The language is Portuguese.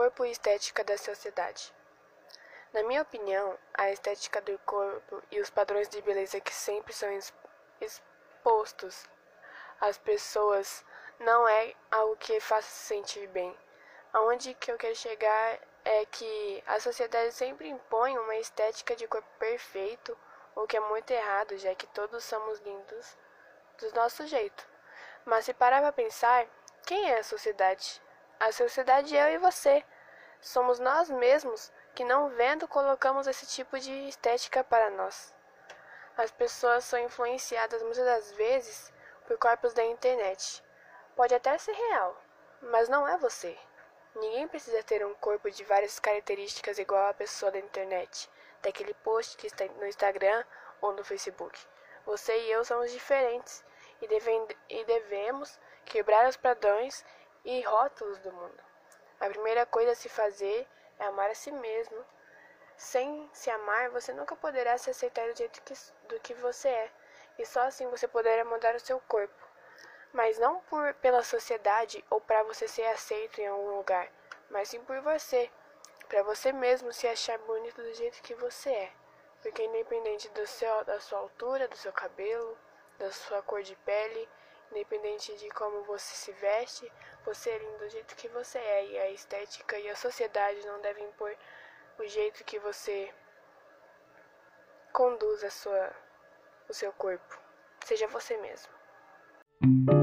corpo e estética da sociedade. Na minha opinião, a estética do corpo e os padrões de beleza que sempre são expostos às pessoas não é algo que faça se sentir bem. Aonde que eu quero chegar é que a sociedade sempre impõe uma estética de corpo perfeito, o que é muito errado, já que todos somos lindos do nosso jeito. Mas se parar para pensar, quem é a sociedade? A sociedade é eu e você. Somos nós mesmos que, não vendo, colocamos esse tipo de estética para nós. As pessoas são influenciadas muitas das vezes por corpos da internet. Pode até ser real, mas não é você. Ninguém precisa ter um corpo de várias características igual a pessoa da internet, daquele post que está no Instagram ou no Facebook. Você e eu somos diferentes e devemos quebrar os padrões e rótulos do mundo. A primeira coisa a se fazer é amar a si mesmo. Sem se amar, você nunca poderá se aceitar do jeito do que você é, e só assim você poderá mudar o seu corpo. Mas não pela sociedade ou para você ser aceito em algum lugar, mas sim por você, para você mesmo se achar bonito do jeito que você é. Porque independente da sua altura, do seu cabelo, da sua cor de pele, independente de como você se veste, você é lindo do jeito que você é. E a estética e a sociedade não devem impor o jeito que você conduz o seu corpo. Seja você mesmo.